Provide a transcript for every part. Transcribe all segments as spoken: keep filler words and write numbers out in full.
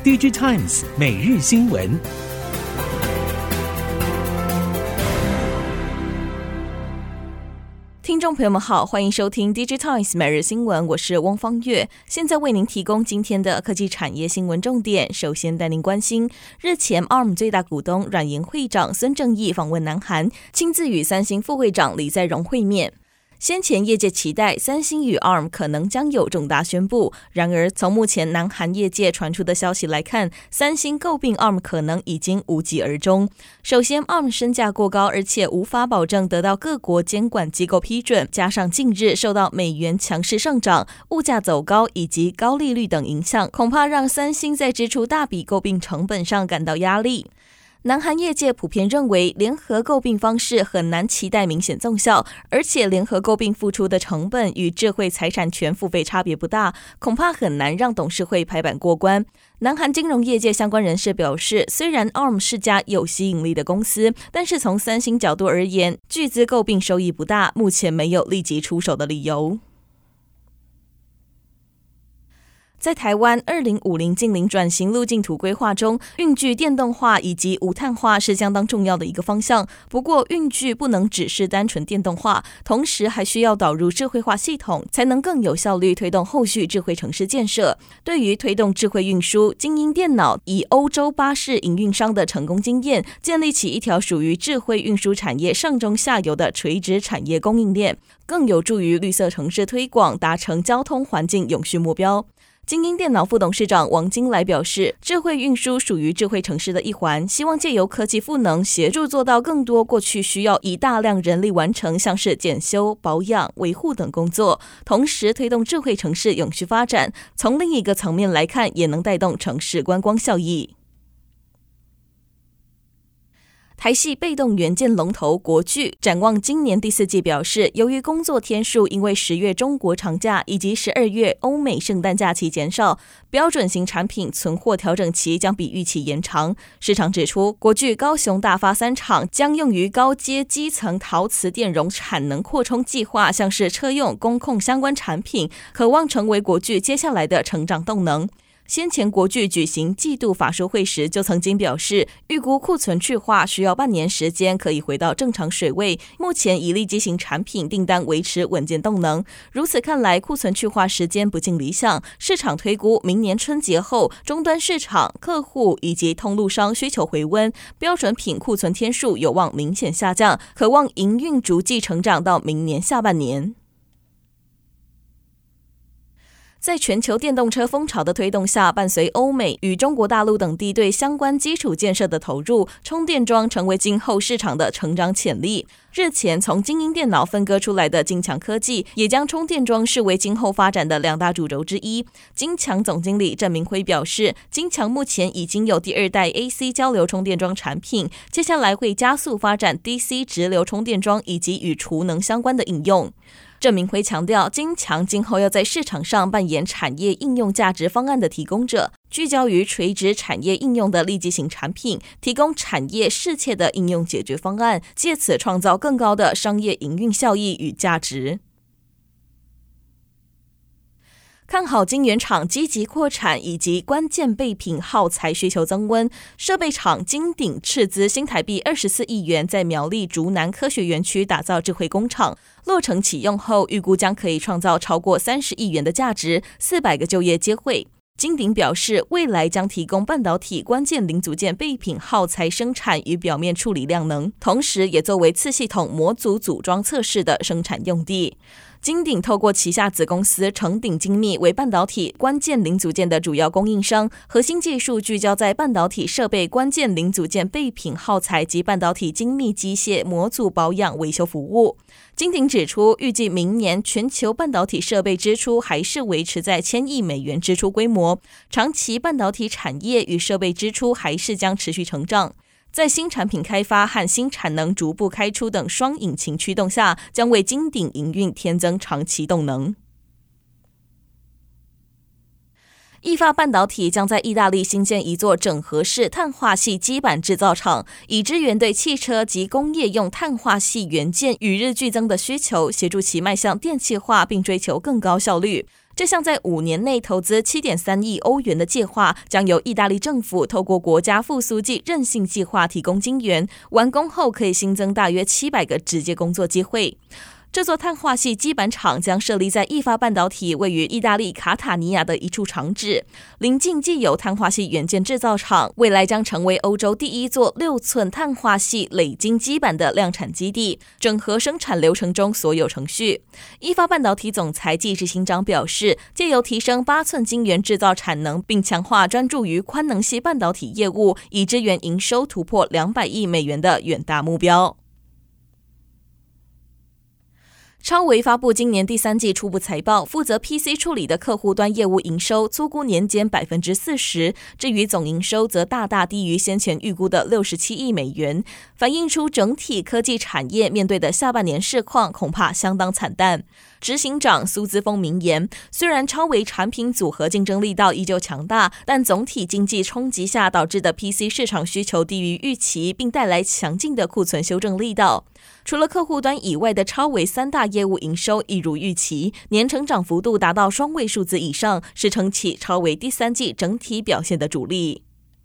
D J Times 每日新闻。 听众朋友们好，欢迎收听 D J Times 每日新闻，我是翁方月，现在为您提供今天的科技产业新闻重点。首先带您关心，日前 A R M 最大股东软银会长孙正义访问南韩，亲自与三星副会长李在镕会面。先前业界期待三星与 A R M 可能将有重大宣布，然而从目前南韩业界传出的消息来看，三星诟病 A R M 可能已经无疾而终。首先 A R M 身价过高，而且无法保证得到各国监管机构批准，加上近日受到美元强势上涨、物价走高以及高利率等影响，恐怕让三星在支出大笔诟病成本上感到压力。南韩业界普遍认为，联合购并方式很难期待明显奏效，而且联合购并付出的成本与智慧财产权付费差别不大，恐怕很难让董事会拍板过关。南韩金融业界相关人士表示，虽然 A R M 是家有吸引力的公司，但是从三星角度而言，巨资购并收益不大，目前没有立即出手的理由。在台湾二零五零净零转型路径图规划中，运具电动化以及无碳化是相当重要的一个方向。不过运具不能只是单纯电动化，同时还需要导入智慧化系统，才能更有效率推动后续智慧城市建设。对于推动智慧运输，精英电脑以欧洲巴士营运商的成功经验，建立起一条属于智慧运输产业上中下游的垂直产业供应链，更有助于绿色城市推广，达成交通环境永续目标。精英电脑副董事长王金来表示，智慧运输属于智慧城市的一环，希望借由科技赋能，协助做到更多过去需要以大量人力完成，像是检修、保养、维护等工作，同时推动智慧城市永续发展。从另一个层面来看，也能带动城市观光效益。台系被动元件龙头国巨展望今年第四季表示，由于工作天数因为十月中国长假以及十二月欧美圣诞假期减少，标准型产品存货调整期将比预期延长。市场指出，国巨高雄大发三厂将用于高阶基层陶瓷电容产能扩充计划，像是车用、工控相关产品，可望成为国巨接下来的成长动能。先前国巨举行季度法说会时就曾经表示，预估库存去化需要半年时间可以回到正常水位，目前以利基型产品订单维持稳健动能。如此看来，库存去化时间不尽理想，市场推估明年春节后，终端市场、客户以及通路商需求回温，标准品库存天数有望明显下降，可望营运逐季成长到明年下半年。在全球电动车风潮的推动下，伴随欧美与中国大陆等地对相关基础建设的投入，充电桩成为今后市场的成长潜力。日前从精英电脑分割出来的金强科技，也将充电桩视为今后发展的两大主轴之一。金强总经理郑明辉表示，金强目前已经有第二代 A C 交流充电桩产品，接下来会加速发展 D C 直流充电桩以及与储能相关的应用。郑明辉强调，金强今后要在市场上扮演产业应用价值方案的提供者，聚焦于垂直产业应用的利基型产品，提供产业适切的应用解决方案，借此创造更高的商业营运效益与价值。看好晶圆厂积极扩产以及关键备品耗材需求增温，设备厂金鼎斥资新台币二十四亿元，在苗栗竹南科学园区打造智慧工厂，落成启用后，预估将可以创造超过三十亿元的价值，四百个就业机会。金鼎表示，未来将提供半导体关键零组件备品耗材生产与表面处理量能，同时也作为次系统模组组装测试的生产用地。金鼎透过旗下子公司成鼎精密为半导体关键零组件的主要供应商，核心技术聚焦在半导体设备关键零组件备品耗材及半导体精密机械模组保养维修服务。金鼎指出，预计明年全球半导体设备支出还是维持在千亿美元支出规模，长期半导体产业与设备支出还是将持续成长。在新产品开发和新产能逐步开出等双引擎驱动下，将为金鼎营运添增长期动能。意法半导体将在意大利新建一座整合式碳化系基板制造厂，以支援对汽车及工业用碳化系元件与日俱增的需求，协助其迈向电气化并追求更高效率。 这项在五年内投资 七点三亿欧元的计划，将由意大利政府透过国家复苏暨韧性计划提供金援，完工后可以新增大约七百个直接工作机会。这座碳化系基板厂将设立在意法半导体位于意大利卡塔尼亚的一处厂址，邻近既有碳化系元件制造厂，未来将成为欧洲第一座六寸碳化系累晶基板的量产基地，整合生产流程中所有程序。意法半导体总裁暨执行长表示，借由提升八寸晶圆制造产能，并强化专注于宽能系半导体业务，以支援营收突破两百亿美元的远大目标。超微发布今年第三季初步财报，负责 P C 处理的客户端业务营收粗估年减 百分之四十， 至于总营收则大大低于先前预估的六十七亿美元，反映出整体科技产业面对的下半年市况恐怕相当惨淡。执行长苏姿丰明言，虽然超微产品组合竞争力道依旧强大，但总体经济冲击下导致的 P C 市场需求低于预期，并带来强劲的库存修正力道。除了客户端以外的超微三大业务营收一如预期，年成长幅度达到双位数字以上，是撑起超微第三季整体表现的主力。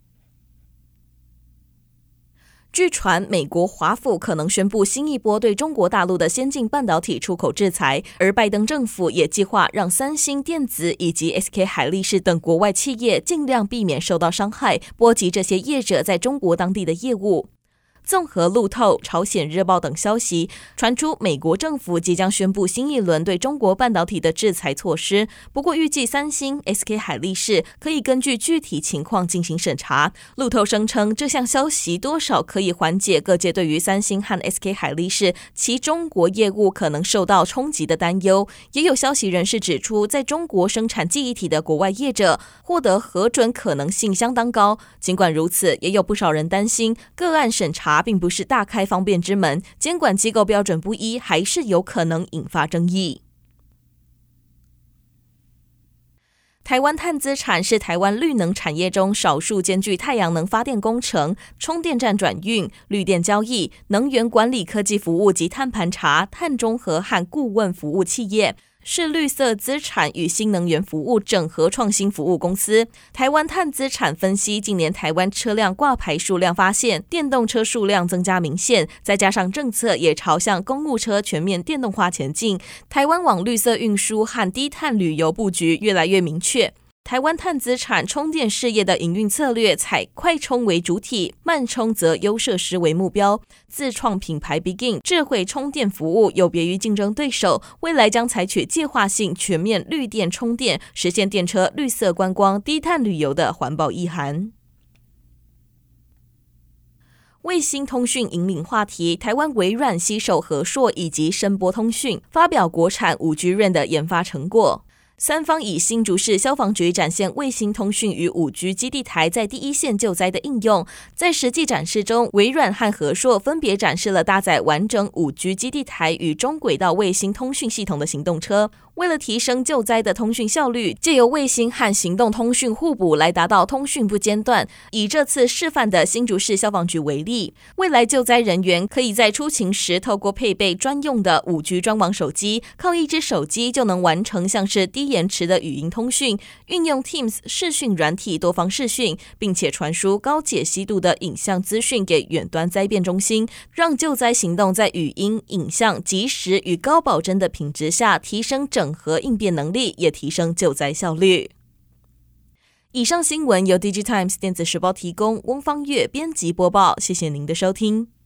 据传，美国华府可能宣布新一波对中国大陆的先进半导体出口制裁，而拜登政府也计划让三星电子以及 S K 海力士等国外企业尽量避免受到伤害，波及这些业者在中国当地的业务。综合路透、朝鲜日报等消息，传出美国政府即将宣布新一轮对中国半导体的制裁措施，不过预计三星、S K 海力士可以根据具体情况进行审查。路透声称，这项消息多少可以缓解各界对于三星和 S K 海力士其中国业务可能受到冲击的担忧。也有消息人士指出，在中国生产记忆体的国外业者获得核准可能性相当高。尽管如此，也有不少人担心个案审查并不是大开方便之门，监管机构标准不一，还是有可能引发争议。台湾碳资产是台湾绿能产业中少数兼具太阳能发电工程、充电站转运、绿电交易、能源管理科技服务及碳盘查、碳中和和顾问服务企业，是绿色资产与新能源服务整合创新服务公司。台湾碳资产分析，近年台湾车辆挂牌数量发现，电动车数量增加明显，再加上政策也朝向公务车全面电动化前进，台湾往绿色运输和低碳旅游布局越来越明确。台湾碳资产充电事业的营运策略采快充为主体，慢充则优设施为目标。自创品牌 Begin 智慧充电服务有别于竞争对手，未来将采取计划性全面绿电充电，实现电车绿色观光、低碳旅游的环保意涵。卫星通讯引领话题，台湾微软携手和硕以及声波通讯，发表国产 五 G RAN 的研发成果。三方以新竹市消防局展现卫星通讯与 五 G 基地台在第一线救灾的应用。在实际展示中，微软和和硕分别展示了搭载完整 五 G 基地台与中轨道卫星通讯系统的行动车。为了提升救灾的通讯效率，借由卫星和行动通讯互补来达到通讯不间断。以这次示范的新竹市消防局为例，未来救灾人员可以在出勤时透过配备专用的 五 G 专网手机，靠一只手机就能完成像是低延迟的语音通讯，运用 Teams 视讯软体多方视讯，并且传输高解析度的影像资讯给远端灾变中心，让救灾行动在语音、影像、即时与高保真的品质下提升整合应变能力，也提升救灾效率。以上新闻由 D J Times 电子时报提供，翁方月编辑播报，谢谢您的收听。